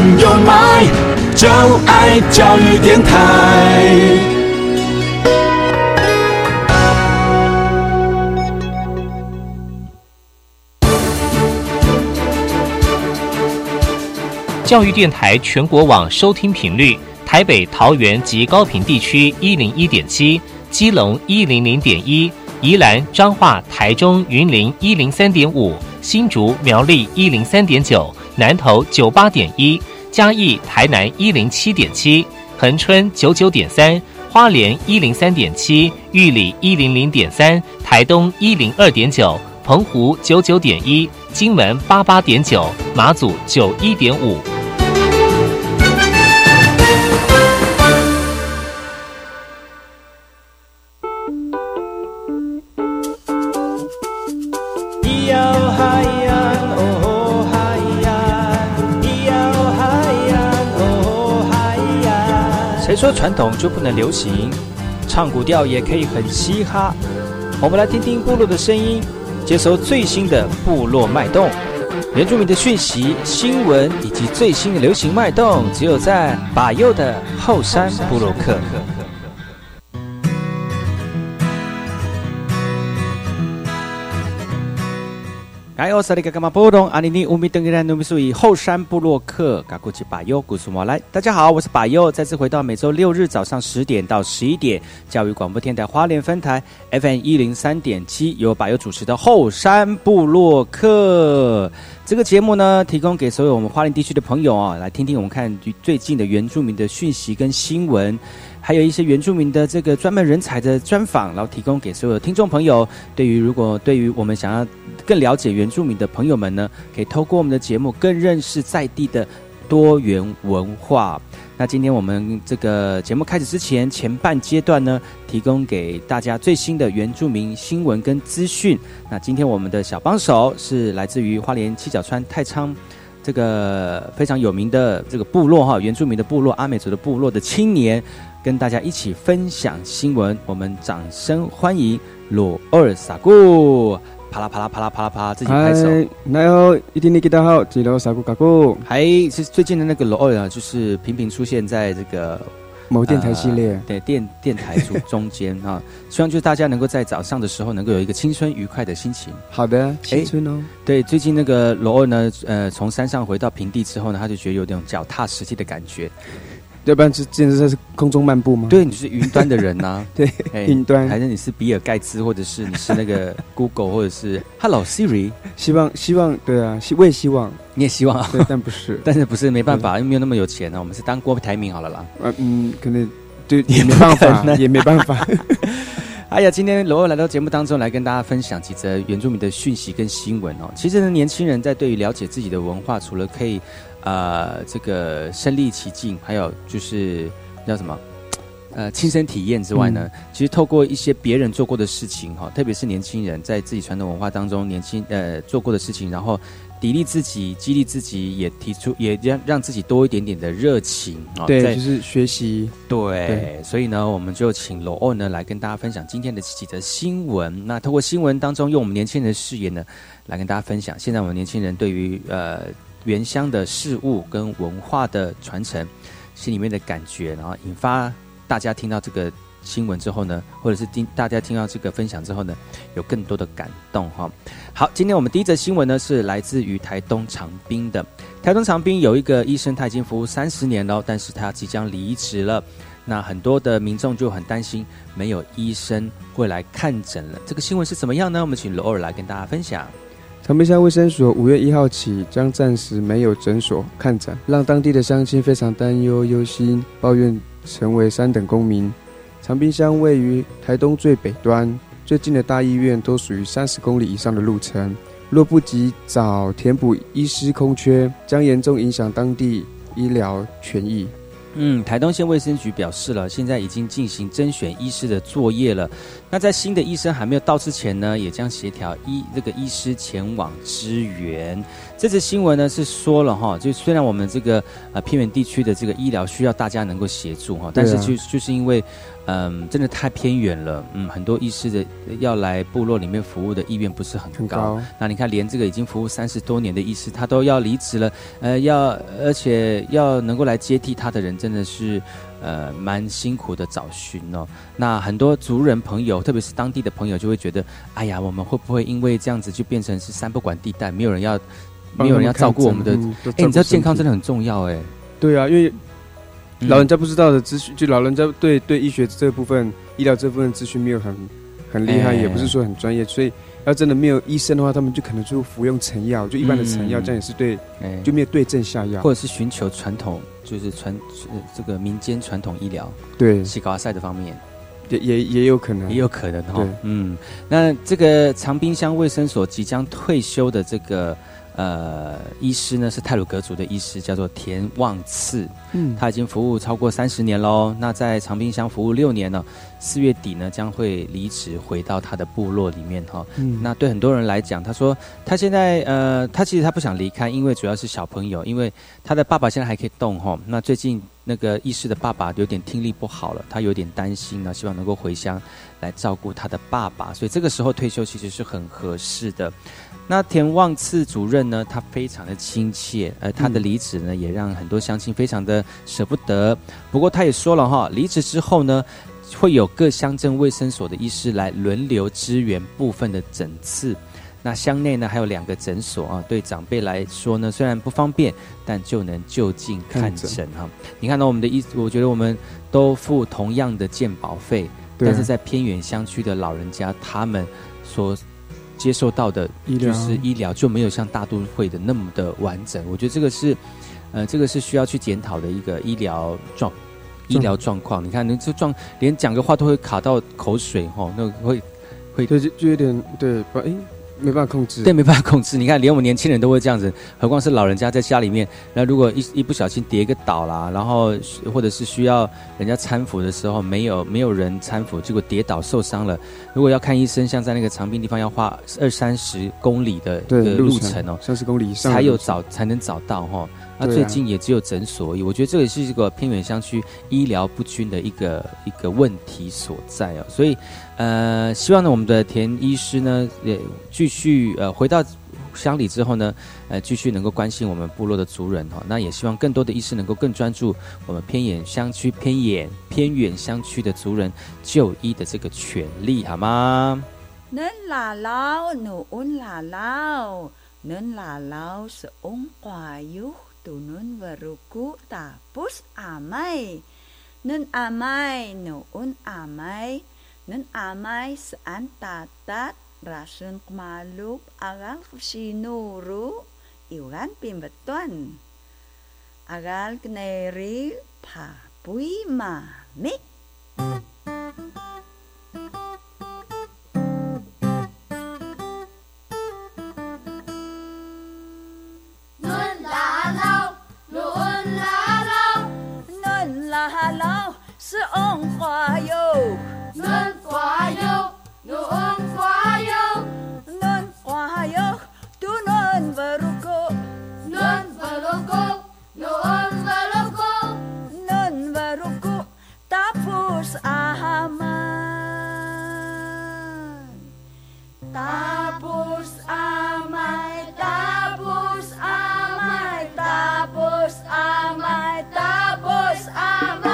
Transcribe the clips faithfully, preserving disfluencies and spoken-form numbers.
有麦，就爱教育电台。 教育电台全国网收听频率：台北、桃园及高屏地区一零一点七，基隆一零零点一，宜兰、彰化、台中、云林一零三点五，新竹、苗栗一零三点九，南投九八点一，嘉义、台南一零七点七，恒春九九点三，花莲一零三点七，玉里一零零点三，台东一零二点九，澎湖九九点一，金门八八点九，马祖九一点五。 谁说传统就不能流行？唱古调也可以很嘻哈。我们来听听部落的声音，接收最新的部落脉动、原住民的讯息、新闻以及最新的流行脉动，只有在把右的后山部落客。哎，我是那个干嘛波动阿尼尼乌米登格兰努米苏以后山部落客，嘎古吉巴优古苏摩来。大家好，我是巴优，再次回到每周六日早上十点到十一点，教育广播电台花莲分台 F M 一零三点七，由巴优主持的后山部落客。这个节目呢，提供给所有我们花莲地区的朋友啊，来听听我们看最近的原住民的讯息跟新闻。还有一些原住民的这个专门人才的专访，然后提供给所有的听众朋友。对于如果对于我们想要更了解原住民的朋友们呢，可以透过我们的节目更认识在地的多元文化。那今天我们这个节目开始之前，前半阶段呢，提供给大家最新的原住民新闻跟资讯。那今天我们的小帮手是来自于花莲七角川太仓这个非常有名的这个部落哈，原住民的部落阿美族的部落的青年，跟大家一起分享新闻。我们掌声欢迎罗二萨固，啪啦啪啦啪啦啪啦啪，自己拍手。 来哦，一定你给大家好，吉罗萨固嘎固。 还是最近的那个罗二啊，就是频频出现在这个某电台系列， 呃、对电电台中中间啊，希望就是大家能够在早上的时候能够有一个青春愉快的心情。 好的，青春哦。 对，最近那个罗二呢，呃，从山上回到平地之后呢，他就觉得有点脚踏实地的感觉。 要不然就简直在是空中漫步吗？ 对，你是云端的人呐、啊， 对，云端， 还是你是比尔盖茨，或者是你是那个 Google， 或者是 Hello Siri？ 希望希望，对啊，我也希望， 你也希望啊？ 对，但不是， 但是不是没办法，因为没有那么有钱呢、啊。我们是当郭台铭好了啦。 呃嗯，可能对也没办法，也没办法。 哎呀，今天罗二来到节目当中来跟大家分享几则原住民的讯息跟新闻哦。其实呢，年轻人在对于了解自己的文化，除了可以呃这个身临其境，还有就是叫什么呃亲身体验之外呢，嗯、其实透过一些别人做过的事情哈，特别是年轻人在自己传统文化当中年轻呃做过的事情，然后砥砺自己、激励自己，也提出也让让自己多一点点的热情哦。 对，就是学习。 对，对所以呢，我们就请罗欧呢来跟大家分享今天的几则新闻。那透过新闻当中，用我们年轻人的视野呢，来跟大家分享现在我们年轻人对于呃原乡的事物跟文化的传承心里面的感觉，然后引发大家听到这个新闻之后呢，或者是听大家听到这个分享之后呢，有更多的感动哈。好，今天我们第一则新闻呢是来自于台东长滨的。台东长滨有一个医生，他已经服务三十年了，但是他即将离职了。那很多的民众就很担心，没有医生会来看诊了。这个新闻是怎么样呢？我们请罗尔来跟大家分享。 长滨乡卫生所五月一号起将暂时没有诊所看诊，让当地的乡亲非常担忧忧心，抱怨成为三等公民。长滨乡位于台东最北端，最近的大医院都属于三十公里以上的路程，若不及早填补医师空缺，将严重影响当地医疗权益。 嗯，台东县卫生局表示了，现在已经进行甄选医师的作业了。 那在新的医生还没有到之前呢，也将协调医这个医师前往支援。这次新闻呢是说了哈，就虽然我们这个呃偏远地区的这个医疗需要大家能够协助哈，但是就就是因为嗯真的太偏远了，嗯很多医师的要来部落里面服务的意愿不是很高。 很高那你看，连这个已经服务三十多年的医师，他都要离职了，呃要而且要能够来接替他的人，真的是。呃，蛮辛苦的找寻哦。那很多族人朋友，特别是当地的朋友，就会觉得，哎呀，我们会不会因为这样子就变成是三不管地带，没有人要，没有人要照顾我们的？哎、嗯，你知道健康真的很重要哎。 对啊，因为老人家不知道的资讯，就老人家对对医学这部分、医疗这部分资讯没有很很厉害，欸、也不是说很专业，所以要真的没有医生的话，他们就可能就服用成药，就一般的成药，嗯、这样也是对，欸、就没有对症下药， 或者是寻求传统。就是传这个民间传统医疗， 对西高赛的方面， 也也也有可能， 也有可能哈。嗯，那这个长滨乡卫生所即将退休的这个呃医师呢，是太鲁阁族的医师，叫做田旺次。嗯，他已经服务超过三十年喽。那在长滨乡服务六年了，四月底呢将会离职回到他的部落里面哈。嗯，那对很多人来讲，他说他现在呃，他其实他不想离开，因为主要是小朋友，因为他的爸爸现在还可以动哈。那最近那个医师的爸爸有点听力不好了，他有点担心呢，希望能够回乡来照顾他的爸爸，所以这个时候退休其实是很合适的。那田旺次主任呢，他非常的亲切，而他的离职呢，也让很多乡亲非常的舍不得。不过他也说了哈，离职之后呢，会有各乡镇卫生所的医师来轮流支援部分的诊次。那乡内呢还有两个诊所啊，对长辈来说呢，虽然不方便，但就能就近看诊哈。你看到我们的医，我觉得我们都付同样的健保费，但是在偏远乡区的老人家，他们所接受到的就是医疗就没有像大都会的那么的完整。我觉得这个是，呃，这个是需要去检讨的一个医疗状医疗状况。你看，你这状连讲个话都会卡到口水哈，那会会对就就有点对，哎。没办法控制， 对，没办法控制。你看，连我们年轻人都会这样子，何况是老人家在家里面。那如果一一不小心跌一个倒啦，然后或者是需要人家搀扶的时候，没有没有人搀扶，结果跌倒受伤了。如果要看医生，像在那个长滨地方，要花二三十公里的的路程哦， 三十公里以上才有找才能找到哈。那、啊、最近也只有诊所而已，我觉得这也是一个偏远乡区医疗不均的一个一个问题所在哦。所以，呃，希望呢我们的田医师呢也继续呃回到乡里之后呢，呃继续能够关心我们部落的族人哈、哦。那也希望更多的医师能够更专注我们偏远乡区、偏远偏远乡区的族人就医的这个权利，好吗？ 能拉老努恩拉老，能拉老是翁瓜哟。Tunun beruku tapus amai, nun amai nuun amai, nun amai saan tatat rasun kmaluk agal sinuru iwan pimbeton, agal kneri papui mami. Halo, seong kwayo, nun kwayo, nuong kwayo, nun kwayo, tunun beruko, nun beruko, nuon beruko, nun beruko, tapos aman, tapos amay, tapos amay, tapos amay, tapos amay.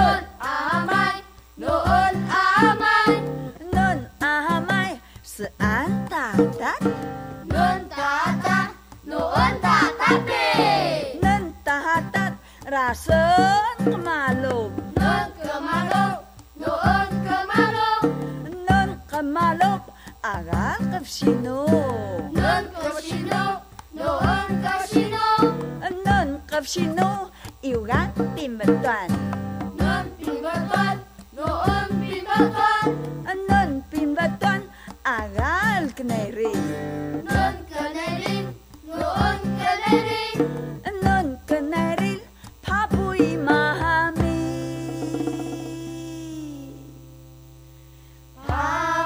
Saan tatat? Nun tatat, noon tatate. Nun tatat, rason kemalog. Nun kemalog, noon kemalog. Nun kemalog, agal kapsino. Nun kapsino, noon kapsino. Nun kapsino, iugan pimbatuan. Nun pimbatuan, noon pimbatuan. Nun pimbatuan, agal keneri, non keneri, non keneri, non keneri, papui mahami.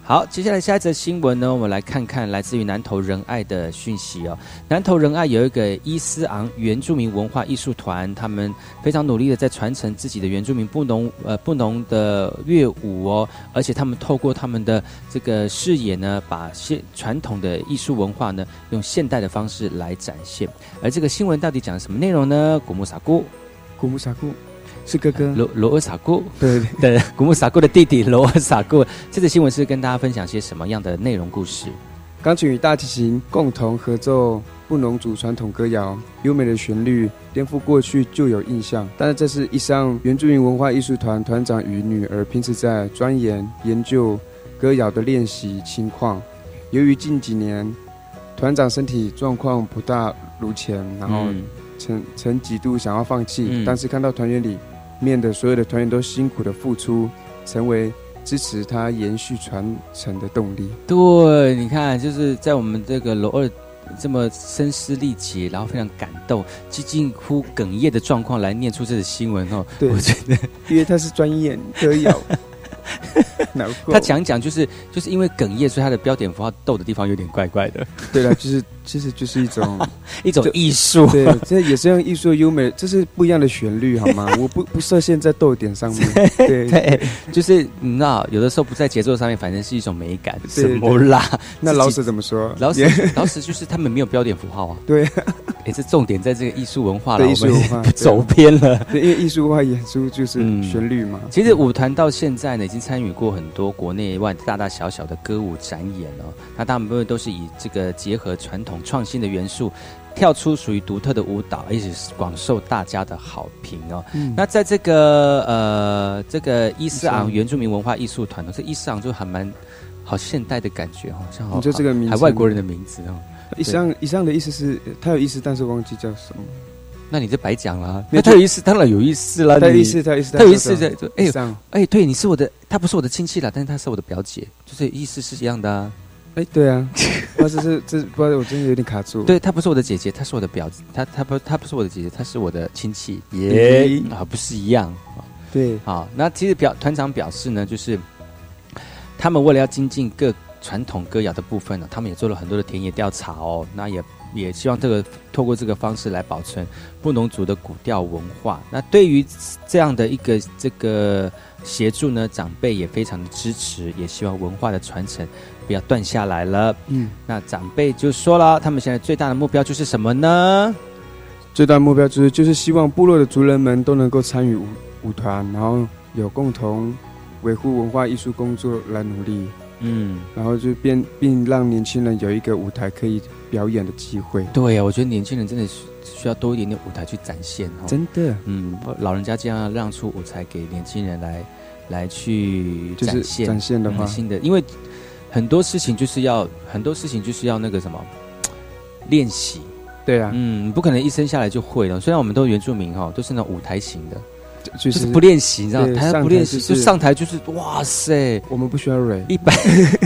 好，接下来下一则新闻呢，我们来看看来自于南投仁爱的讯息哦。南投仁爱有一个伊斯昂原住民文化艺术团，他们非常努力的在传承自己的原住民布农呃布农的乐舞哦，而且他们透过他们的这个视野呢，把现传统的艺术文化呢，用现代的方式来展现。而这个新闻到底讲了什么内容呢？古木萨姑， 古木萨姑。是哥哥罗罗尔萨固， 对对，古木萨固的弟弟罗尔萨固。这次新闻是跟大家分享些什么样的内容故事？ 钢琴与大提琴共同合奏布农族传统歌谣，优美的旋律颠覆过去旧有印象。但是这是一项原住民文化艺术团团长与女儿平时在钻研研究歌谣的练习情况。由于近几年团长身体状况不大如前，然后曾曾几度想要放弃，嗯、但是看到团员里面的所有的团员都辛苦的付出，成为支持他延续传承的动力。 对，你看，就是在我们这个罗二这么声嘶力竭，然后非常感动，近乎哽咽的状况来念出这个新闻哦。 对， 我觉得， 因为他是专业歌谣。 他讲讲就是就是因为哽咽，所以他的标点符号逗的地方有点怪怪的。 对了，就是其实就是一种一种艺术， 对，这也是用艺术优美，这是不一样的旋律，好吗？我不不设限在逗点上面，对对，就是你知道，有的时候不在节奏上面，反正是一种美感。什么啦？ 那老舍怎么说？ 老舍老舍就是他们没有标点符号啊。 对， 哎，这重点在这个艺术文化了， 艺术文化走偏了。 对，因为艺术文化演出就是旋律嘛。 其实舞团到现在呢，已经参与过很多国内外大大小小的歌舞展演哦。那大部分都是以这个结合传统创新的元素，跳出属于独特的舞蹈，而且是广受大家的好评哦。嗯、那在这个呃这个伊斯昂原住民文化艺术团哦，这伊斯昂就还蛮好现代的感觉，好像好， 你就这个名字还外国人的名字哦。 以上以上的意思是它有意思，但是忘记叫什么。 那你这白讲了，那他有意思，当然有意思了。 他有意思，他有意思， 他有意思的。哎哎哎，对，你是我的，他不是我的亲戚啦，但是他是我的表姐，就是意思是一样的啊。 哎，对啊，不知道这是这不知道我真的有点卡住。 对，她不是我的姐姐，她是我的表姐，她她不她不是我的姐姐，她是我的亲戚，耶、yeah, 啊，不是一样。 对， 好，那其实表团长表示呢，就是他们为了要精进各传统歌谣的部分呢，他们也做了很多的田野调查哦，那也。也希望这个透过这个方式来保存布农族的古调文化。那对于这样的一个这个协助呢，长辈也非常的支持，也希望文化的传承不要断下来了。嗯，那长辈就说了，他们现在最大的目标就是什么呢？ 最大的目标就是就是希望部落的族人们都能够参与舞舞团，然后有共同维护文化艺术工作来努力。嗯，然后就变并让年轻人有一个舞台可以表演的机会。 对啊，我觉得年轻人真的需要多一点点舞台去展现哦。 真的， 嗯，老人家这样让出舞台给年轻人来来去展现、 就是、展现的话， 新的，因为很多事情就是要很多事情就是要那个什么练习。 对啊， 嗯，不可能一生下来就会了。虽然我们都原住民哈、哦，都是那种舞台型的。 就是、 就是不练习，你知道，他不练习、 就是、 就上台就是哇塞， 我们不需要蕊一百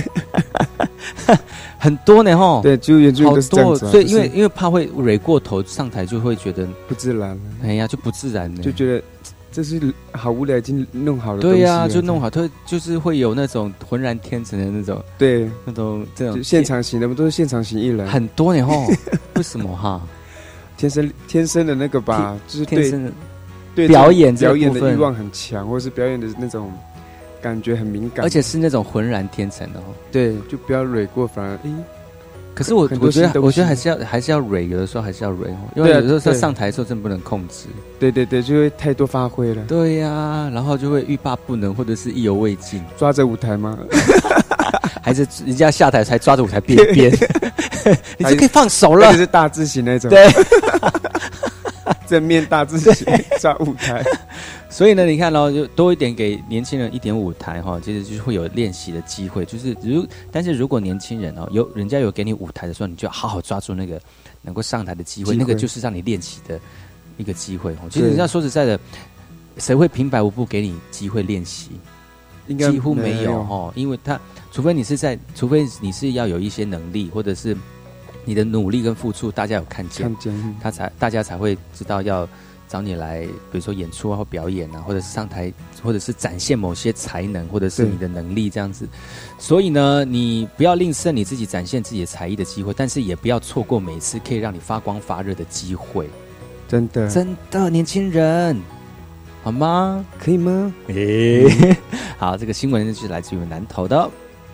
很多呢哈， 对，就原住民都是这样子、啊， 所以因为因为怕会蕊过头，上台就会觉得不自然了， 哎呀，就不自然了， 就觉得这是好无聊，已经弄好了， 对呀、啊，就弄好，他就是会有那种浑然天成的那种， 对， 那种这种现场型的，我们都是现场型艺人， 很多呢哈，为什么哈？ 天生天生的那个吧，就是天生的。 对表演表演的欲望很强，或是表演的那种感觉很敏感， 而且是那种浑然天成的哦。 对，就不要蕊过，反而诶。 可是我我觉得我觉得还是要还是要蕊，有的时候还是要蕊哦，因为有的时候在上台的时候真不能控制。 对对对，就会太多发挥了。 对呀、啊，然后就会欲罢不能，或者是意犹未尽。 抓着舞台吗？ 还是人家下台才抓着舞台边边？你就可以放手了。 这是大字型那种。 对。 正面大字型抓舞台， 所以呢，你看咯，就多一点给年轻人一点舞台哈，其实就是会有练习的机会。就是如，但是如果年轻人哦，有人家有给你舞台的时候，你就好好抓住那个能够上台的机会，机会那个就是让你练习的一个机会哦。其实你要说实在的，谁会平白无故给你机会练习？应该几乎没有哈，因为他除非你是在，除非你是要有一些能力，或者是。你的努力跟付出，大家有看见， 看见， 他才大家才会知道要找你来，比如说演出啊或表演啊，或者是上台，或者是展现某些才能，或者是你的能力这样子。所以呢，你不要吝啬你自己展现自己的才艺的机会，但是也不要错过每次可以让你发光发热的机会。 真的， 真的，年轻人，好吗？ 可以吗？ 诶、欸，好，这个新闻就是来自于南投的。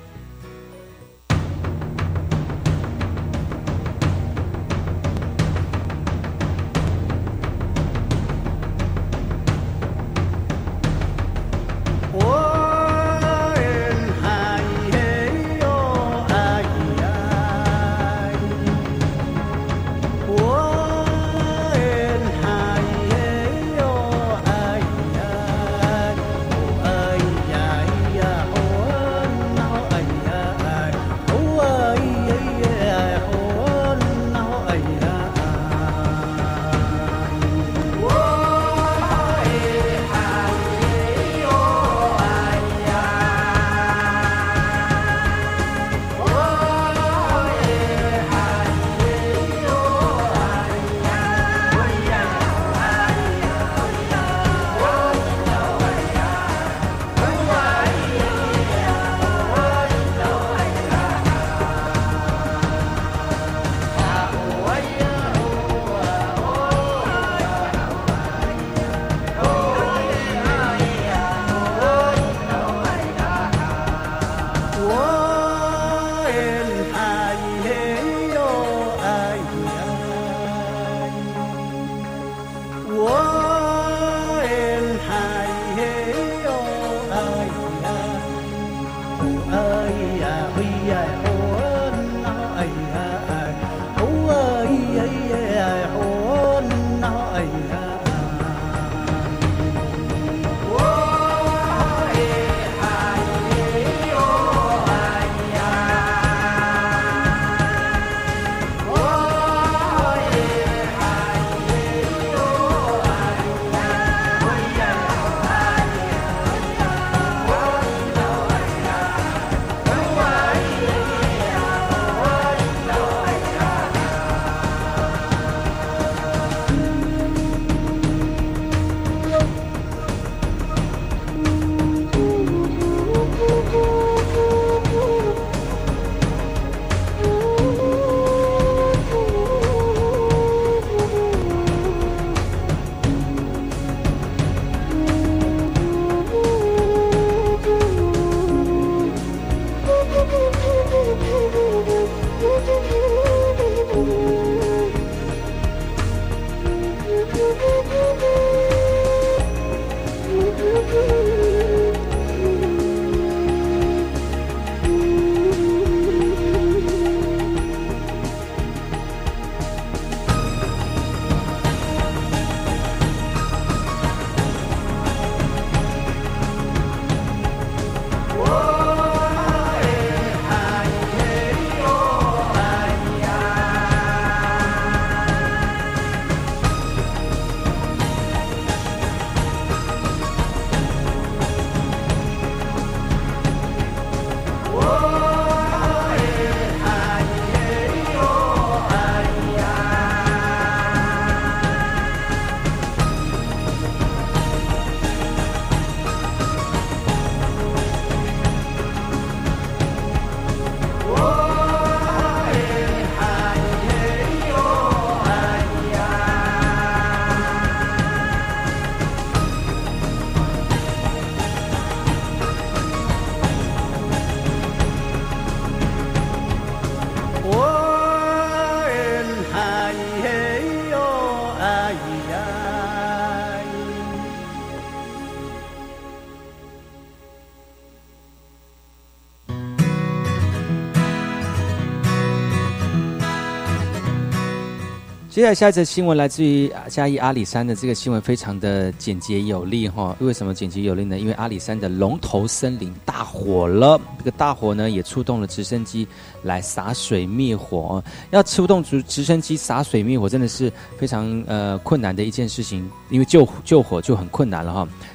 接下来下一则新闻来自于嘉义阿里山的，这个新闻非常的简洁有力哈。为什么简洁有力呢？因为阿里山的龙头森林大火了，这个大火呢也出动了直升机来洒水灭火。要出动直直升机洒水灭火，真的是非常呃困难的一件事情，因为救救火就很困难了哈。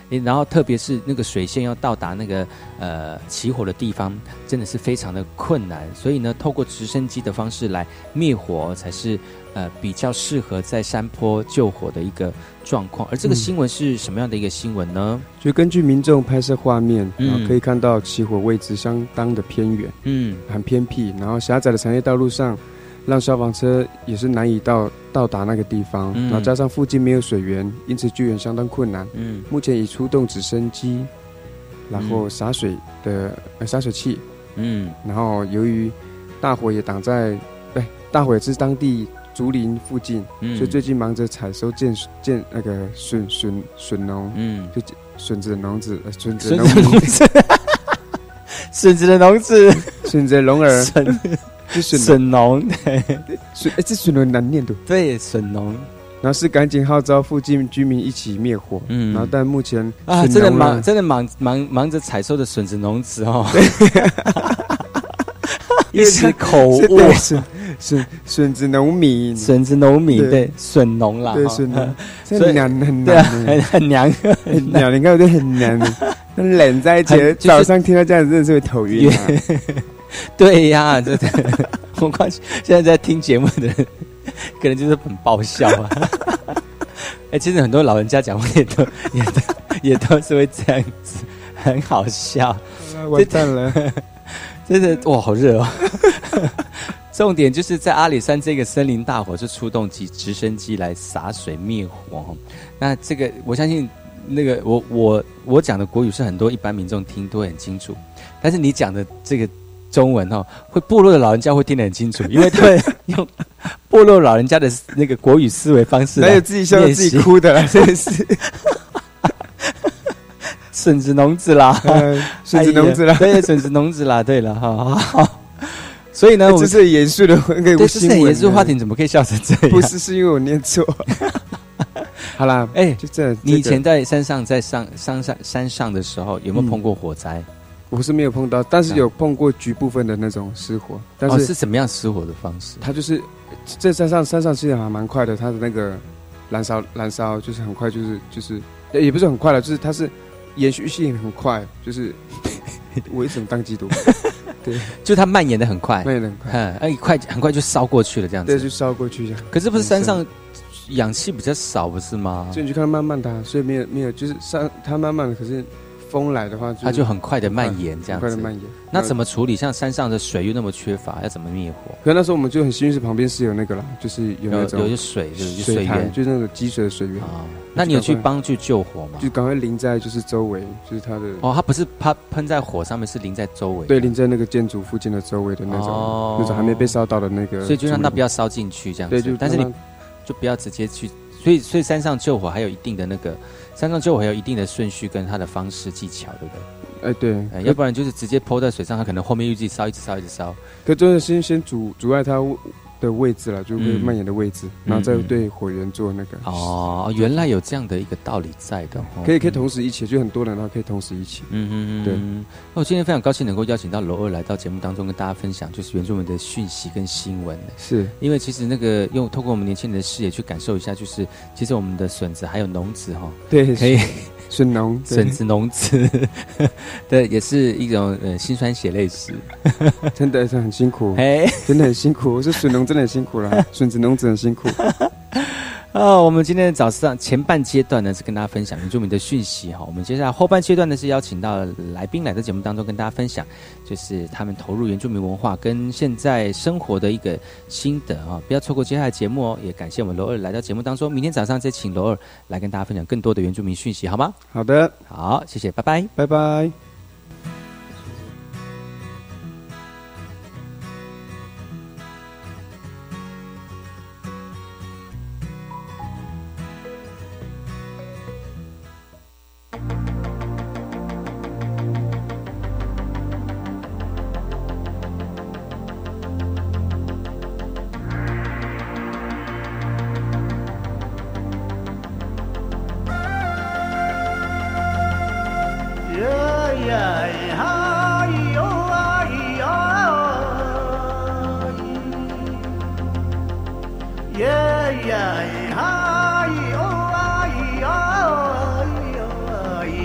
然后特别是那个水线要到达那个呃起火的地方，真的是非常的困难。所以呢，透过直升机的方式来灭火，才是呃比较适合在山坡救火的一个状况。而这个新闻是什么样的一个新闻呢？ 就根据民众拍摄画面， 嗯然后可以看到起火位置相当的偏远， 嗯， 很偏僻，然后狭窄的产业道路上，让消防车也是难以到到达那个地方， 嗯然后加上附近没有水源，因此救援相当困难。 嗯， 目前已出动直升机，然后洒水的、呃、洒水器， 嗯， 然后由于大火也挡在，哎，大火也是当地竹林附近， 嗯所以最近忙着采收建建那个笋笋笋农， 嗯， 就笋子的农子，呃笋子笋的农子农子，笋子的农子， 笋子的龙儿， 笋是笋笋农， 笋，哎，这笋农很难念的。 对，笋农。 然后是赶紧号召附近居民一起灭火， 嗯然后但目前啊， 笋农真的忙， 呢真的忙忙忙着采收的笋子农子哦，一因为时口误， 是对笋笋笋子农民， 笋子农民对对笋农啦， 对哈笋农，这所以很难很对啊， 难很很娘， 很难，你看我就很难，冷在一起很，就是早上听到这样子真的是会头晕啊。 对呀，真的，我看现在在听节目的人，可能就是很爆笑啊。哎、欸，其实很多老人家讲话也都也都也都是会这样子，很好笑。 完蛋了， 真的哇，好热哦！重点就是在阿里山这个森林大火，是出动机直升机来洒水灭火。那这个我相信，那个我我我讲的国语是很多一般民众听都会很清楚，但是你讲的这个中文哦，会部落的老人家会听得很清楚，因为他们用部落老人家的那个国语思维方式， 哪有自己笑到自己哭的啦，真的是。 笋子农子啦， 笋子农子啦， 对，笋子农子啦，对了哈。所以呢， 这是很严肃的， 对，这是很严肃的话题，怎么可以笑成这样？ 不是，是因为我念错。好啦， 哎， 就这。 你以前在山上，在上山上山上的时候，有没有碰过火灾？ 我是没有碰到，但是有碰过局部分的那种失火。但是是什么样失火的方式？ 它就是在山上，山上其实还蛮快的，它的那个燃烧燃烧就是很快，就是就是也不是很快了，就是它是延续性很快，就是我为什么当基督？对， 就它蔓延的很快， 蔓延的很快， 嗯，哎，快很快就烧过去了，这样子。 对，就烧过去这样。 可是不是山上氧气比较少，不是吗？ 所以你就看它慢慢的，所以没有没有，就是山它慢慢的，可是风来的话， 它就很快的蔓延，这样子。 很快的蔓延。 那怎么处理？像山上的水又那么缺乏，要怎么灭火？ 可那时候我们就很幸运，是旁边是有那个啦，就是有那种有有水，有水源，就是那个积水的水源。 啊，那你有去帮去救火吗？ 就赶快淋在就是周围，就是它的哦，它不是它喷在火上面，是淋在周围。 对，淋在那个建筑附近的周围的那种，哦、那种还没被烧到的那个。 所以就让它不要烧进去这样子。 对，就但是你就不要直接去。所以，所以山上救火还有一定的那个，山上救火还有一定的顺序跟它的方式技巧，对不对？ 哎，对， 哎，要不然就是直接泼在水上，它可能后面又自己烧，一直烧，一直烧。 可真的先先阻阻碍它的位置了，就会蔓延的位置，嗯、然后再对火源做那个。 哦，原来有这样的一个道理在的。 可以可以同时一起，就很多人，然后可以同时一起。 嗯嗯嗯，对。那我今天非常高兴能够邀请到楼二来到节目当中，跟大家分享就是原住民的讯息跟新闻。 是因为其实那个用透过我们年轻人的视野去感受一下，就是其实我们的笋子还有农子哈， 对， 可以。 笋农、 笋子、农子，对，也是一种呃辛酸血泪史， 真的是很辛苦， 哎， 真的很辛苦。我说笋农真的很辛苦了，笋子农子很辛苦。 哦，我们今天的早上前半阶段呢是跟大家分享原住民的讯息哈，我们接下来后半阶段呢是邀请到来宾来到节目当中跟大家分享，就是他们投入原住民文化跟现在生活的一个心得啊，不要错过接下来的节目哦。也感谢我们楼二来到节目当中，明天早上再请楼二来跟大家分享更多的原住民讯息，好吗？ 好的， 好，谢谢，拜拜， 拜拜。 Yeah, yeah, hi, oh, hi, oh, hi,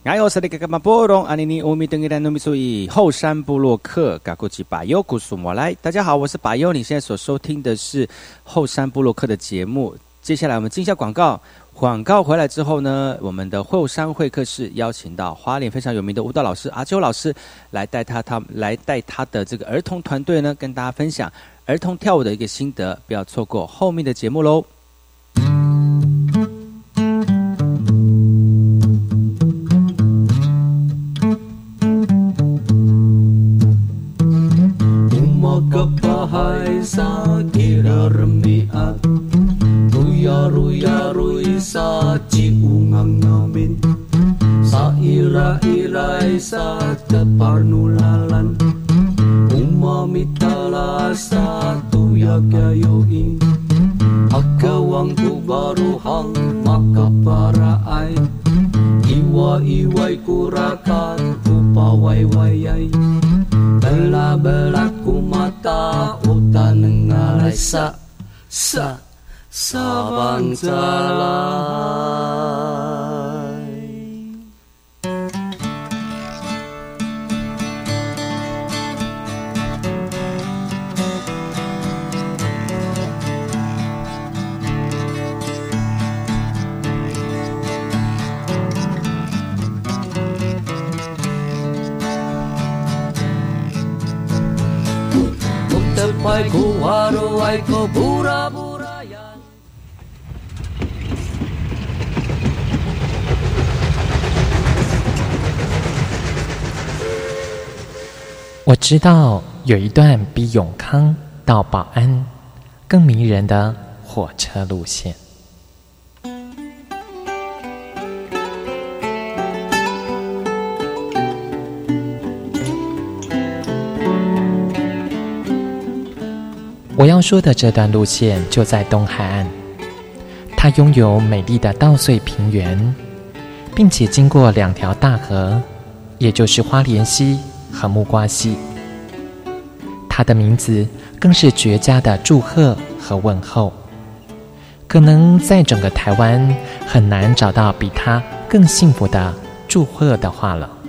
哎，我是那个干嘛波隆阿尼尼乌米登伊兰努米苏以后山部落客嘎古吉巴尤古苏莫来，大家好，我是巴尤，你现在所收听的是后山部落客的节目。接下来我们进一下广告，广告回来之后呢，我们的后山会客室邀请到花莲非常有名的舞蹈老师阿秋老师来带他他来带他的这个儿童团队呢，跟大家分享儿童跳舞的一个心得，不要错过后面的节目喽。 Kapahai sa kira remiat Ruya ruya rui sa ciungang ngamin Sa ira-irai sa teparnulalan Umamitala sa tuya kayoing Akawang tu baruhang makaparaay Iwa-iway kurakat upaway-wayay Bela-belaku mata utan ngalay sa sa sabang salay. Tepai ku haruai ko bura-burayan 我知道有一段比永康到保安更迷人的火车路线。我要说的这段路线就在东海岸，它拥有美丽的稻穗平原，并且经过两条大河，也就是花莲溪和木瓜溪。它的名字更是绝佳的祝贺和问候，可能在整个台湾很难找到比它更幸福的祝贺的话了。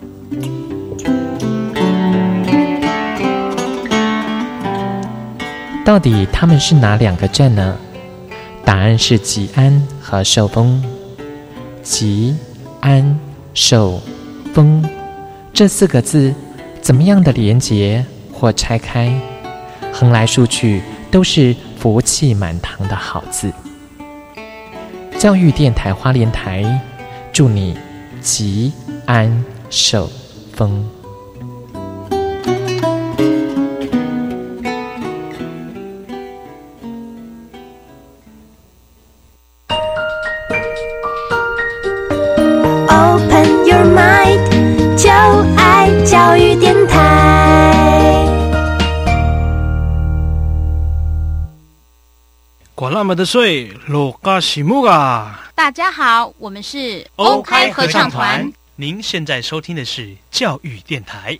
到底他们是哪两个镇呢？答案是吉安和寿丰。吉、安、寿、丰这四个字，怎么样的连结或拆开，横来竖去都是福气满堂的好字。教育电台花莲台，祝你吉、安、寿、丰。 教育电台， 管那么的水，罗嘎西木啊！ 大家好，我们是欧开合唱团。 您现在收听的是教育电台。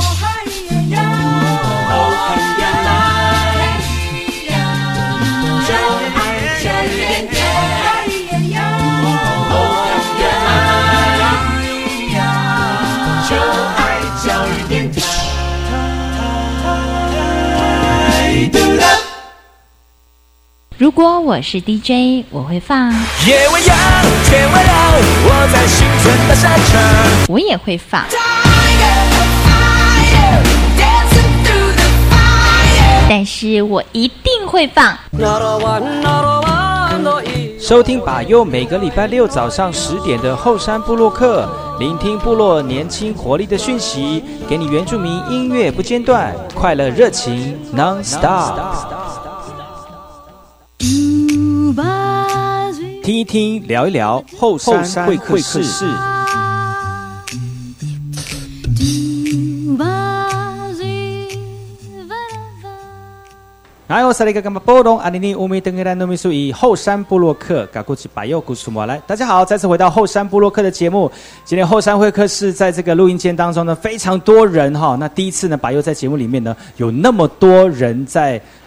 如果我是 D J， 我会放夜未央，天未亮，我在新村大沙场， 我也会放但是我一定会放收听把右每个礼拜六早上十点的后山部落客，聆听部落年轻活力的讯息，给你原住民音乐不间断，快乐热情 non stop。听一听，聊一聊，后山会客室。哎，我是那个干嘛波隆阿尼尼乌米登格兰努米苏以后山部落客嘎古吉巴佑古苏莫来，大家好，再次回到后山部落客的节目。今天后山会客室在这个录音间当中呢，非常多人哈。那第一次呢，巴佑在节目里面呢有那么多人在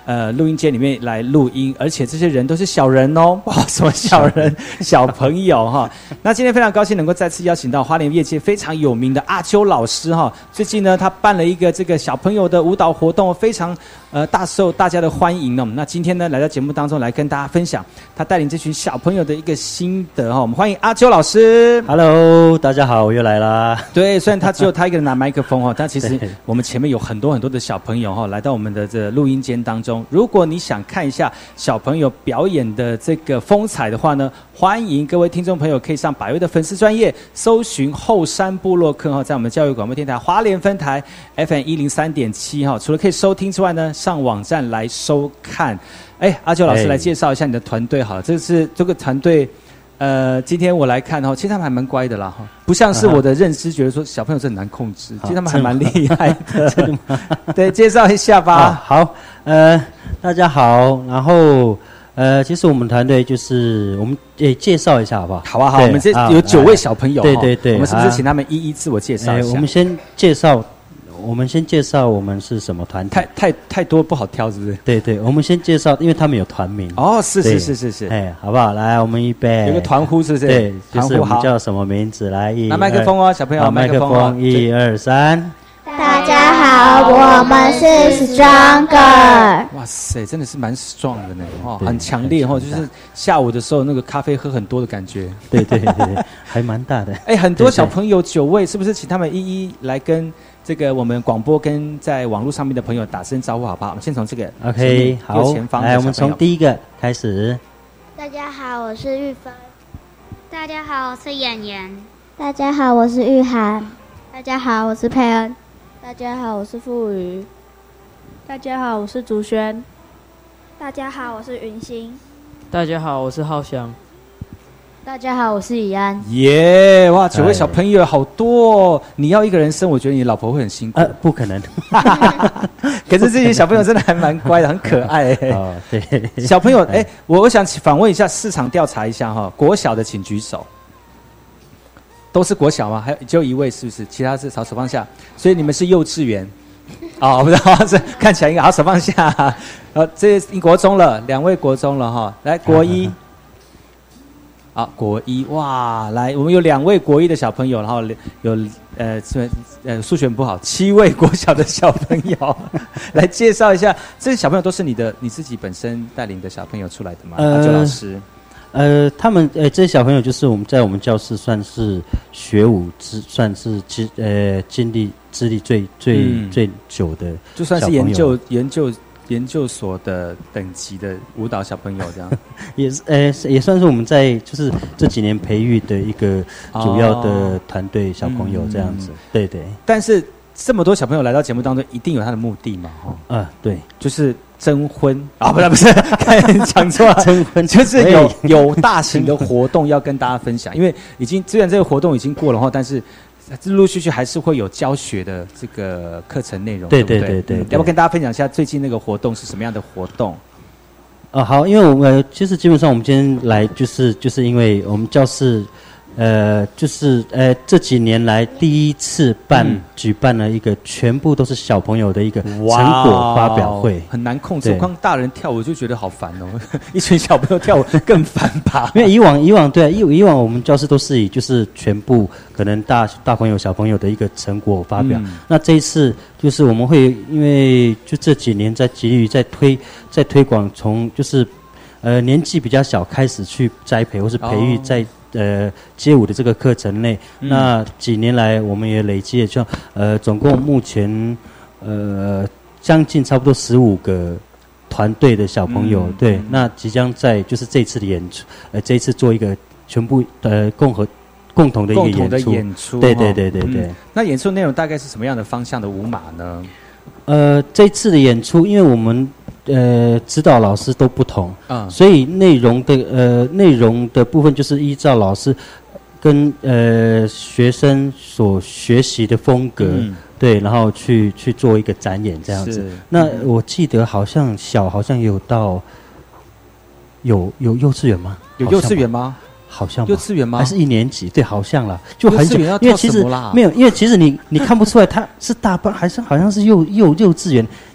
呃录音间里面来录音，而且这些人都是小人哦，哇，什么小人小朋友哈。那今天非常高兴能够再次邀请到花莲业界非常有名的阿秋老师哈。最近呢，他办了一个这个小朋友的舞蹈活动，非常呃大受大家的欢迎呢。那今天呢，来到节目当中来跟大家分享他带领这群小朋友的一个心得哈。我们欢迎阿秋老师。 Hello， 大家好，我又来啦。 对，虽然他只有他一个人拿麦克风哈，但其实我们前面有很多很多的小朋友哈，来到我们的这个录音间当中。如果你想看一下小朋友表演的这个风采的话呢，欢迎各位听众朋友可以上百位的粉丝专页搜寻后山部落客哈，在我们教育广播电台花莲分台 F M 一零三点七哈，除了可以收听之外呢，上网站来收看。哎，阿秋老师来介绍一下你的团队好了，这是这个团队。呃，今天我来看哈，其实他们还蛮乖的啦哈，不像是我的认知觉得说小朋友是很难控制，其实他们还蛮厉害的。真的吗？对，介绍一下吧。 哦、好，呃，大家好，然后呃，其实我们团队就是我们诶介绍一下好不好？ 好啊，好，我们这有九位小朋友， 对对对， 我们是不是请他们一一自我介绍一下？ 我们先介绍。我们先介绍我们是什么团体， 太太太多不好挑，是不是？ 对对，我们先介绍，因为他们有团名。 哦，是是是是是， 哎，好不好？来，我们预备。 有个团呼，是不是？ 对，就是我们叫什么名字？来，一拿麦克风哦，小朋友， 麦克风，一二三。 大家好，我们是 Stronger。 哇塞，真的是蛮 strong 的呢，哦，很强烈哦，就是下午的时候那个咖啡喝很多的感觉。 对对对对，还蛮大的。 哎，很多小朋友九位，是不是请他们一一来跟这个我们广播跟在网络上面的朋友打声招呼，好不好？我们先从这个 OK 好， 前方来，我们从第一个开始。 大家好，我是玉芬。 大家好，我是妍妍。 大家好，我是玉涵。 大家好，我是佩恩。 大家好，我是傅瑜。 大家好，我是竹轩。 大家好，我是云欣。 大家好，我是浩翔。 大家好，我是怡安。 耶、yeah, 哇，九位小朋友好多哦！你要一个人生，我觉得你老婆会很辛苦。 呃，不可能。 可是这些小朋友真的还蛮乖的，很可爱、欸。 哦，对。 小朋友，哎、欸，我我想访问一下市场调查一下哈，国小的请举手。都是国小吗？还有只有一位是不是？其他是好手放下。所以你们是幼稚园。哦，不知道，这看起来应该好手放下。呃，这国中了，两位国中了哈。来，国一。好，国一哇，来，我们有两位国一的小朋友，然后有呃呃数学不好，七位国小的小朋友，来介绍一下，这些小朋友都是你的你自己本身带领的小朋友出来的吗？呃，阿九老师。 呃，他们呃这些小朋友就是我们在我们教室算是学舞之算是经呃经历资历最最、嗯、最久的， 就算是研究研究研究所的等级的舞蹈小朋友这样， 也是呃也算是我们在就是这几年培育的一个主要的团队小朋友这样子，哦嗯、对对。 但是这么多小朋友来到节目当中，一定有他的目的嘛？哈、 哦，啊对， 就是征婚啊，不是不是，讲错了， 征婚就是有有大型的活动要跟大家分享，因为已经虽然这个活动已经过了哈，但是陆陆续续还是会有教学的这个课程内容， 对对对对 对, 对、嗯， 要不跟大家分享一下最近那个活动是什么样的活动？ 哦，好，因为我们其实基本上我们今天来就是就是因为我们教室。呃，就是呃这几年来第一次办、嗯、举办了一个全部都是小朋友的一个成果发表会， 很难控制。光大人跳舞就觉得好烦哦，一群小朋友跳舞更烦吧？ 因为以往以往对、啊、以以往我们教室都是以就是全部可能大大朋友小朋友的一个成果发表。嗯、那这一次就是我们会因为就这几年在极力在推在推广，从就是呃年纪比较小开始去栽培或是培育在。哦呃，街舞的这个课程内，嗯、那几年来我们也累积了，就呃，总共目前呃将近差不多十五个团队的小朋友，嗯、对，嗯、那即将在就是这一次的演出，呃，这一次做一个全部呃共和共同的一个演出， 共同的演出， 对对对对对。嗯、 那演出内容大概是什么样的方向的舞码呢？ 呃，这次的演出，因为我们。呃，指导老师都不同，嗯，所以内容的呃内容的部分就是依照老师跟呃学生所学习的风格，嗯、对，然后去去做一个展演这样子。那我记得好像小好像有到有有幼稚园吗？ 有幼稚园吗？ 好像幼稚园吗？ 还是一年级？对，好像啦，就很久。 因为其实没有，因为其实你你看不出来他是大班还是好像是幼幼幼稚园。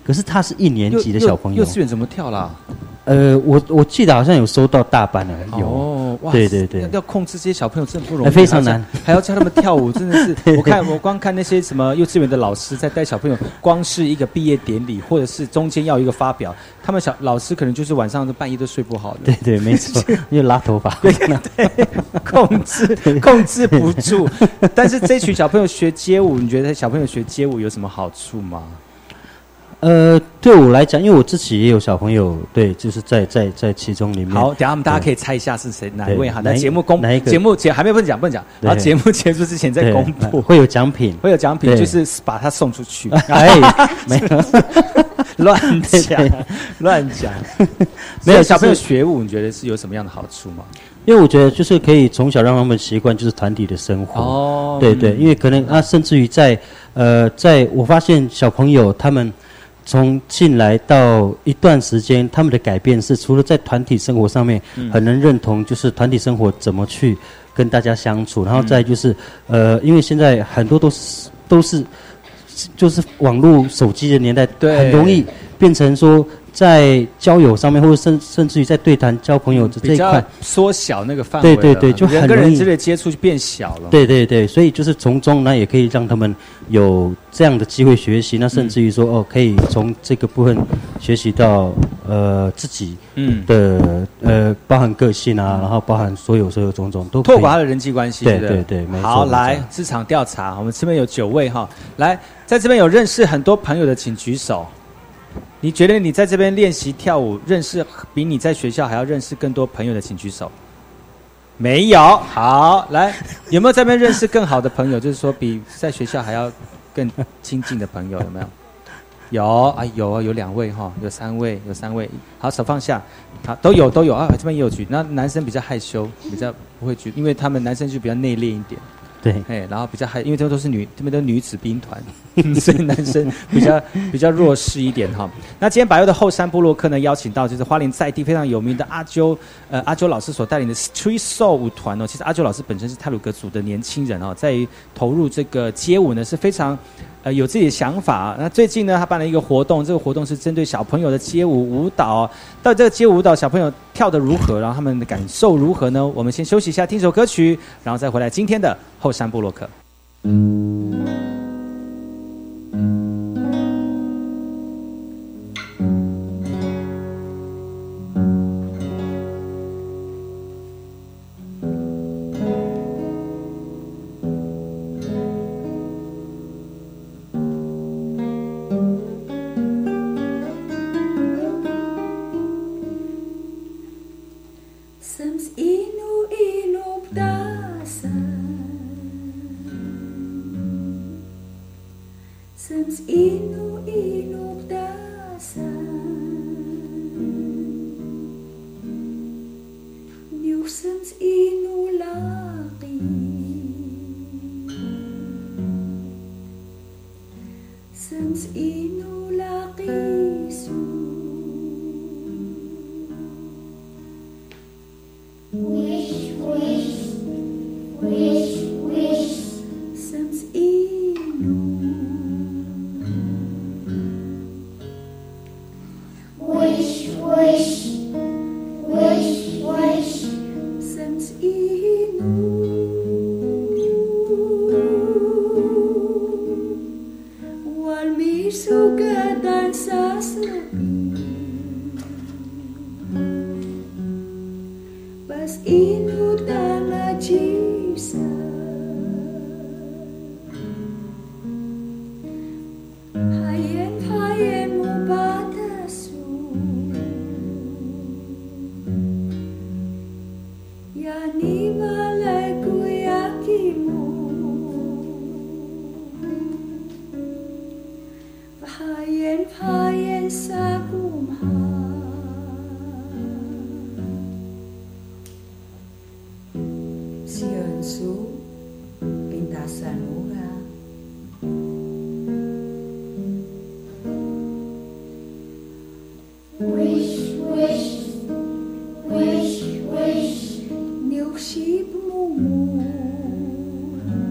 可是他是一年级的小朋友， 幼稚园怎么跳啦？ 呃，我我记得好像有收到大班的有， 哦，哇， 对对对， 要控制这些小朋友真的不容易， 非常难， 还要教他们跳舞，真的是。我看我光看那些什么幼稚园的老师在带小朋友，光是一个毕业典礼，或者是中间要有一个发表，他们小老师可能就是晚上半夜都睡不好的。 对对，没错，因为拉头发， 对对，控制控制不住。但是这群小朋友学街舞，你觉得小朋友学街舞有什么好处吗？ 呃，对我来讲，因为我自己也有小朋友，对，就是在在在其中里面。 好，等一下我们大家可以猜一下是谁哪一位哈？那节目公哪一个节目节还没有不能讲不能讲，然后节目结束之前再公布， 会有奖品， 会有奖品，就是把他送出去。 哎，没有， 乱讲乱讲，没有小朋友学舞，你觉得是有什么样的好处吗？ 因为我觉得就是可以从小让他们习惯就是团体的生活。哦，对对，因为可能啊，甚至于在呃，在我发现小朋友他们。从进来到一段时间，他们的改变是除了在团体生活上面很能认同，就是团体生活怎么去跟大家相处，然后再就是、嗯、呃，因为现在很多都是都是就是网络手机的年代，很容易变成说在交友上面，或者甚甚至于在对谈交朋友这一块， 缩小那个范围， 对对对，就很容易人跟人之间的接触就变小了。 对对对，所以就是从中呢，也可以让他们有这样的机会学习，那甚至于说、嗯、哦，可以从这个部分学习到呃自己的、嗯、呃，包含个性啊，然后包含所有所有种种都可以拓宽他的人际关系。 对对 对, 对，没错。 好，来市场调查，我们这边有九位哈，来在这边有认识很多朋友的，请举手。你觉得你在这边练习跳舞，认识比你在学校还要认识更多朋友的，请举手。没有。好，来，有没有在这边认识更好的朋友？就是说比在学校还要更亲近的朋友，有没有？有啊，有有两位哈，有三位，有三位。好，手放下。好，都有都有啊，这边也有举。那男生比较害羞，比较不会举，因为他们男生就比较内敛一点。 对， 哎，然后比较害，因为这都是女，这边都女子兵团，所以男生比较比较弱势一点哈。那今天百佑的后山部落客呢，邀请到就是花莲在地非常有名的阿啾，呃，阿啾老师所带领的 Street Soul 舞团哦。其实阿啾老师本身是太鲁阁族的年轻人哦，在于投入这个街舞呢是非常呃有自己的想法。那最近呢，他办了一个活动，这个活动是针对小朋友的街舞舞蹈、哦。到底这个街舞舞蹈小朋友跳得如何，然后他们的感受如何呢？我们先休息一下，听首歌曲，然后再回来今天的后山部落客。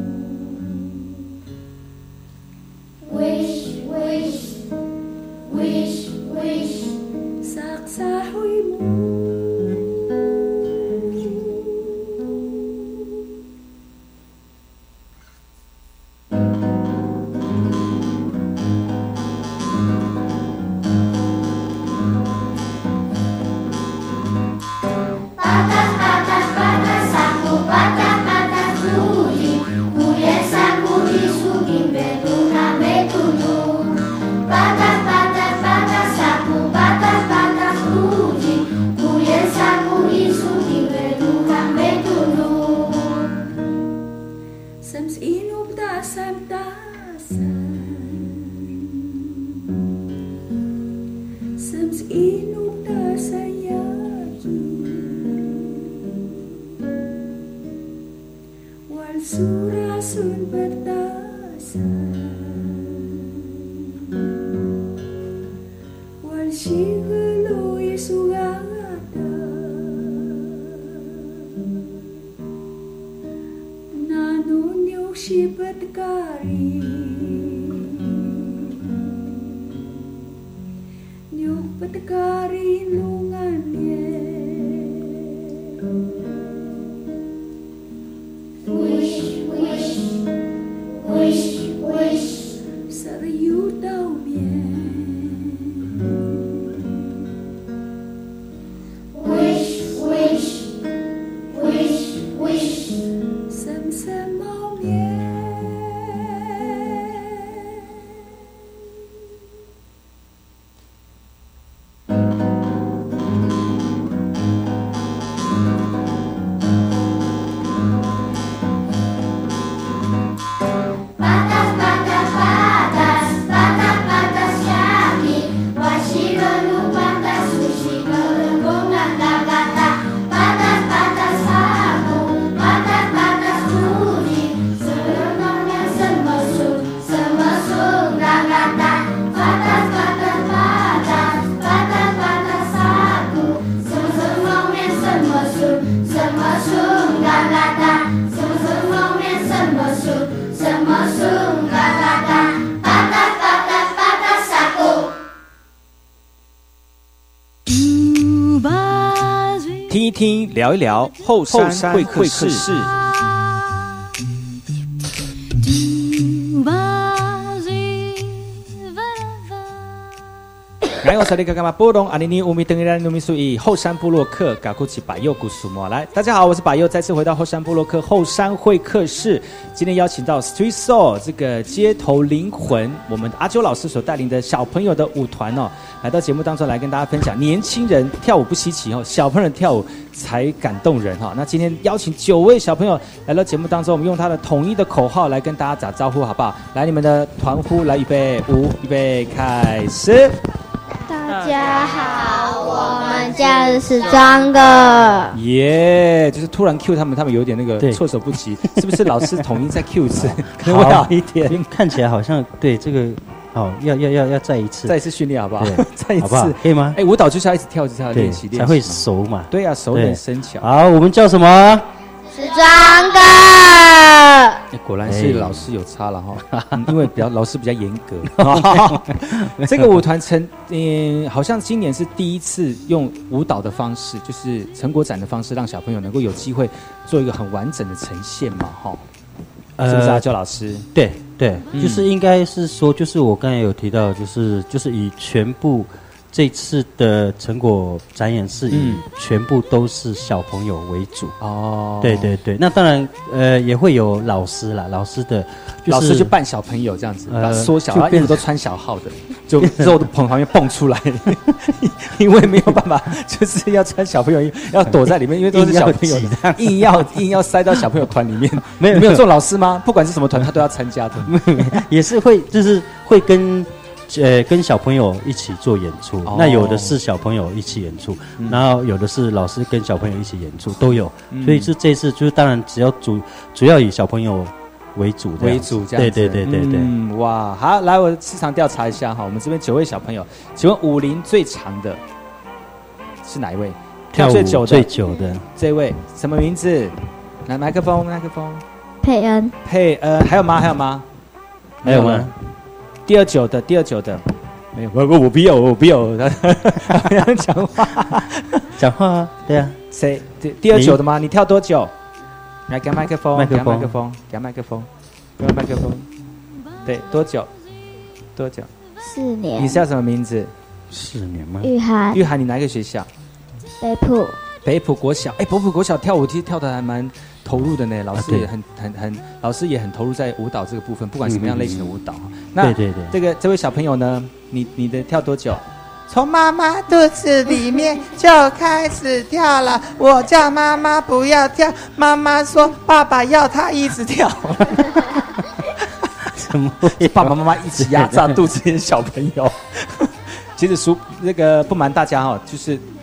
Wish, Mansurasun batasan Wal siglo isugata Nanon yung sibat kari Yung patkari nungan ye Wish, wish, wish, wish Sarayu tao bien Wish, wish, wish, wish Sem sem mau bien 听一听，聊一聊后山会客室。来，我是那个干嘛波动阿尼尼乌米登伊兰努米苏以后山部落客嘎古奇巴佑古苏莫来，大家好，我是巴佑，再次回到后山部落客后山会客室。今天邀请到 Street Soul 这个街头灵魂，我们阿啾老师所带领的小朋友的舞团哦，来到节目当中来跟大家分享，年轻人跳舞不稀奇哦，小朋友跳舞才感动人哈、哦。那今天邀请九位小朋友来到节目当中，我们用他的统一的口号来跟大家打招呼，好不好？来，你们的团呼，来预备，五，预备，开始。 大家好，我们家是张哥。 耶， yeah, 就是突然 Q 他们，他们有点那个措手不及，是不是？老师统一再 Q 一次，可能会好一点。 看起来好像对这个，好，要要要要再一次， 再一次训练好不好？再一次， 好不好可以吗？ 哎，舞蹈就是要一直跳，就是要练习， 才会熟嘛。 对啊，熟能生巧。 好，我们叫什么？ 是张哥。 欸、果然是老师有差了哈、欸，因为比较老师比较严格。这个舞团成，嗯，好像今年是第一次用舞蹈的方式，就是成果展的方式，让小朋友能够有机会做一个很完整的呈现嘛，哈。呃、是不是啊，焦老师？ 对对、嗯，就是应该是说，就是我刚才有提到，就是就是以全部。这次的成果展演是以全部都是小朋友为主哦，对对对，那当然呃也会有老师啦，老师的、就是、 老师就扮小朋友这样子，呃，缩小，然后衣服都穿小号的，就肉都从旁边蹦出来，因为没有办法，就是要穿小朋友衣服，要躲在里面，因为都是小朋友，硬要硬要塞到小朋友团里面，没有没有这种老师吗？不管是什么团，他都要参加的， 也是会就是会跟。呃，跟小朋友一起做演出、哦，那有的是小朋友一起演出、嗯，然后有的是老师跟小朋友一起演出，都有。嗯、所以是这次就是当然只要主主要以小朋友为主为主这样子。 对对对对对。 嗯，哇，好，来我市场调查一下哈，我们这边九位小朋友，请问舞龄最长的是哪一位？ 跳最久的最久的这位什么名字？来，麦克风，麦克风。 佩恩。 佩恩，还有吗？还有吗？ 还有吗？ 第二九的，第二九的，没有，我我不要，我不要，不要讲话， 讲话啊，对啊， 谁？第第二九的吗？你跳多久？来，给麦克风， 麦克风， 麦克风，给麦克风，给麦克风，对，多久？多久？ 四年。 你叫什么名字？ 四年吗？ 玉涵。 玉涵，你哪个学校？ 北埔。 北埔国小，哎，北埔国小跳舞其实跳得还蛮投入的呢，老师也很、啊、很很，老师也很投入在舞蹈这个部分，不管什么样类型的舞蹈。嗯、那对对对， 这个这位小朋友呢，你你的跳多久？从妈妈肚子里面就开始跳了，我叫妈妈不要跳，妈妈说爸爸要他一直跳。 怎么爸爸妈妈一起压榨肚子里的小朋友？其实说那个不瞒大家哈，就是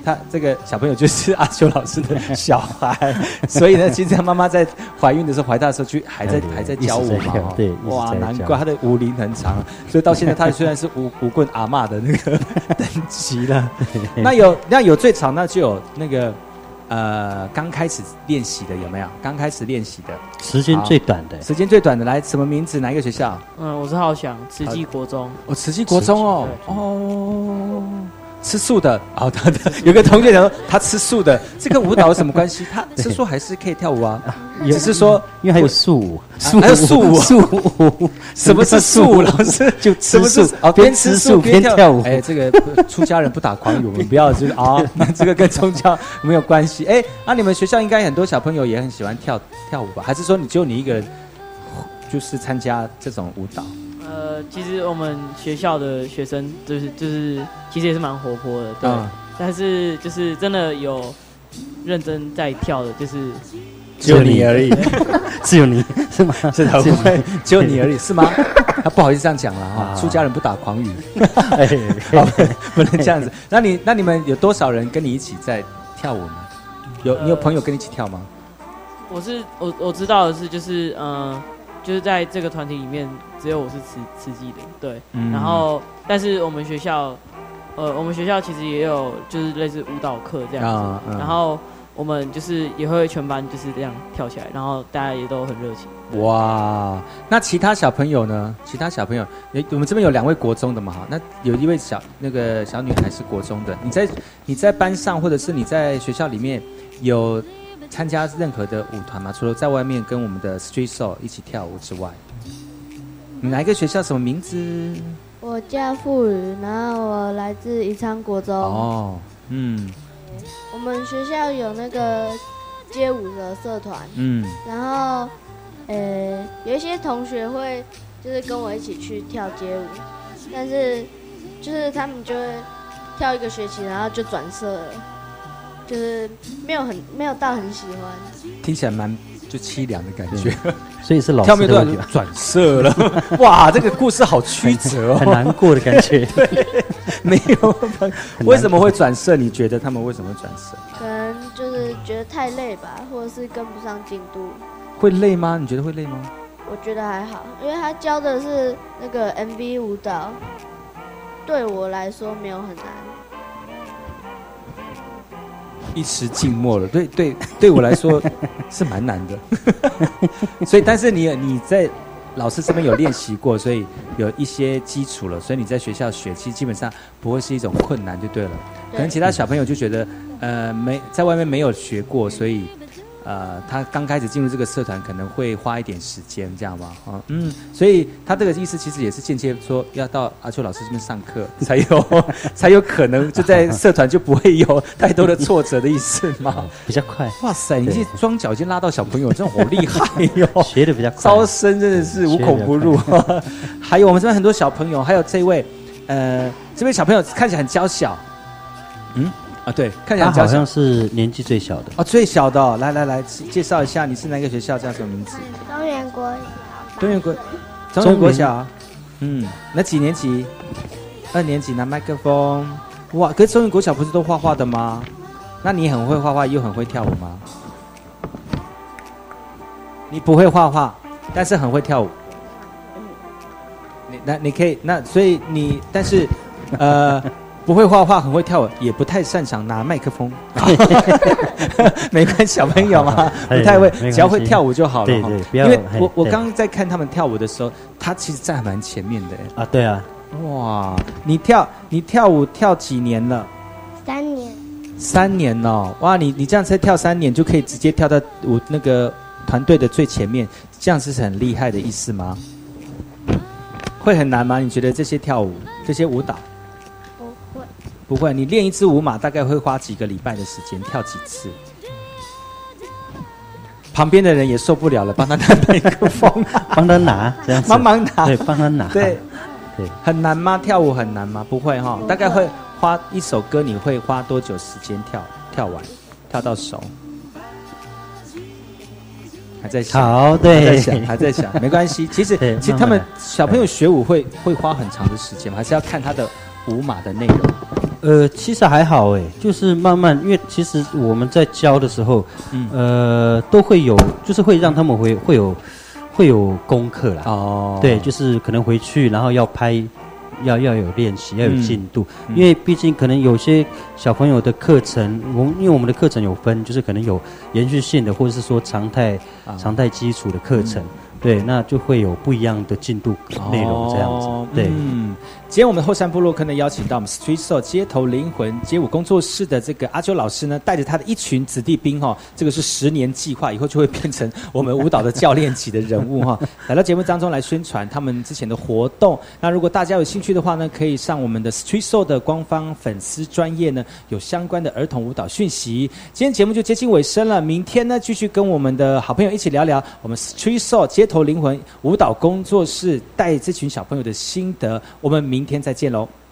他这个小朋友就是阿秋老师的小孩，所以呢，其实他妈妈在怀孕的时候，怀他的时候，就还在还在教舞嘛。 对， 哇，难怪他的舞龄很长，所以到现在他虽然是舞舞棍阿嬷的那个等级了。那有那有最长，那就有那个。呃，刚开始练习的有没有？刚开始练习的时间最短的， 时间最短的，来什么名字？哪一个学校？ 嗯，我是浩翔，慈济国中。 哦，慈济国中哦，哦，吃素的。哦，他的有个同学讲说他吃素的，这跟舞蹈有什么关系？他吃素还是可以跳舞啊？只是说， 因为还有素舞， 还有素舞， 素舞。 什么是素舞？老师就吃素， 哦，边吃素边跳舞。 哎，这个出家人不打诳语，我们不要就是啊，这个跟宗教没有关系。哎，那你们学校应该很多小朋友也很喜欢跳跳舞吧？还是说你只有你一个人就是参加这种舞蹈？ 呃，其实我们学校的学生就是就是其实也是蛮活泼的，对。嗯、但是就是真的有认真在跳的，就是只有你而已， 只有你是吗？ 是的，不会只有你而已是吗？他不好意思这样讲了哈，出家人不打诳语，哎，不能这样子。那你那你们有多少人跟你一起在跳舞呢？有你有朋友跟你一起跳吗？ 我是我我知道的是就是呃。就是在这个团体里面，只有我是慈慈济的，对。嗯、然后，但是我们学校，呃，我们学校其实也有就是类似舞蹈课这样子。啊嗯、然后我们就是也会全班就是这样跳起来，然后大家也都很热情。 哇，那其他小朋友呢？其他小朋友，我们这边有两位国中的嘛，哈，那有一位小那个小女孩是国中的。你在你在班上或者是你在学校里面有参加任何的舞团吗？除了在外面跟我们的 street show 一起跳舞之外，你哪一个学校？什么名字？ 我叫傅宇，然后我来自宜昌国中。 哦，嗯， 我们学校有那个街舞的社团，嗯，然后，呃，有一些同学会就是跟我一起去跳街舞，但是就是他们就会跳一个学期，然后就转社了。就是没有很没有到很喜欢， 听起来蛮就凄凉的感觉， 所以是老师的问题吧？ 转社了，哇，这个故事好曲折哦， 很难过的感觉。 对，没有，为什么会转社？你觉得他们为什么会转社？ 可能就是觉得太累吧，或者是跟不上进度。 会累吗？你觉得会累吗？ 我觉得还好，因为他教的是那个 M V 舞蹈，对我来说没有很难。 一时静默了，对对，对我来说是蛮难的。所以，但是你你在老师这边有练习过，所以有一些基础了，所以你在学校学，其实基本上不会是一种困难就对了。可能其他小朋友就觉得，呃，没在外面没有学过，所以呃，他刚开始进入这个社团可能会花一点时间，这样吗？啊，嗯，所以他这个意思其实也是间接说要到阿秋老师这边上课，才有才有可能就在社团就不会有太多的挫折的意思嘛， 比较快。 哇塞，你这双脚已经拉到小朋友，真的好厉害哟、哦， 学的比较快， 招生真的是无孔不入。还有我们这边很多小朋友，还有这位呃，这位小朋友看起来很娇小，嗯。啊，对，看起来他好像是年纪最小的哦，最小的、哦，来来来，介绍一下，你是哪个学校，叫什么名字？ 中原国小。 中原国，中原国小，嗯，那几年级？二年级拿麦克风，哇，可是中原国小不是都画画的吗？那你很会画画，又很会跳舞吗？你不会画画，但是很会跳舞。你那你可以，那所以你，但是，呃。不会画画，很会跳舞，也不太擅长拿麦克风。没关系，小朋友嘛，不太会，只要会跳舞就好了。 对对，不要。 因为我我刚刚在看他们跳舞的时候，他其实站蛮前面的。 啊，对啊。 哇，你跳你跳舞跳几年了？ 三年。 三年哦，哇，你你这样才跳三年就可以直接跳到舞那个团队的最前面，这样是很厉害的意思吗？会很难吗？你觉得这些跳舞这些舞蹈？不会，你练一支舞马大概会花几个礼拜的时间，跳几次？旁边的人也受不了了，帮他拿麦克风， 帮他拿，这样子， 帮忙拿， 对，帮他拿， 对， 对， 很难吗？跳舞很难吗？不会哈，大概会花一首歌，你会花多久时间跳跳完，跳到熟？还在想， 好，对， 还在想，还在想，没关系。其实，其实他们小朋友学舞会会花很长的时间吗？还是要看他的舞马的内容。 呃，其实还好哎，就是慢慢，因为其实我们在教的时候，嗯，呃，都会有，就是会让他们会会有会有功课啦。哦，对，就是可能回去然后要拍。要要有练习，要有进度，嗯、因为毕竟可能有些小朋友的课程，我们因为我们的课程有分，就是可能有延续性的，或者是说常态、啊、常态基础的课程。嗯对，那就会有不一样的进度内容这样子。哦、对， 嗯，今天我们后山部落客呢邀请到我们 Street Soul 街头灵魂街舞工作室的这个阿啾老师呢，带着他的一群子弟兵哈、哦，这个是十年计划，以后就会变成我们舞蹈的教练级的人物哈、哦，来到节目当中来宣传他们之前的活动。那如果大家有兴趣的话呢，可以上我们的 Street Soul 的官方粉丝专页呢，有相关的儿童舞蹈讯息。今天节目就接近尾声了，明天呢继续跟我们的好朋友一起聊聊我们 Street Soul 街头灵魂舞蹈工作室带这群小朋友的心得，我们明天再见喽。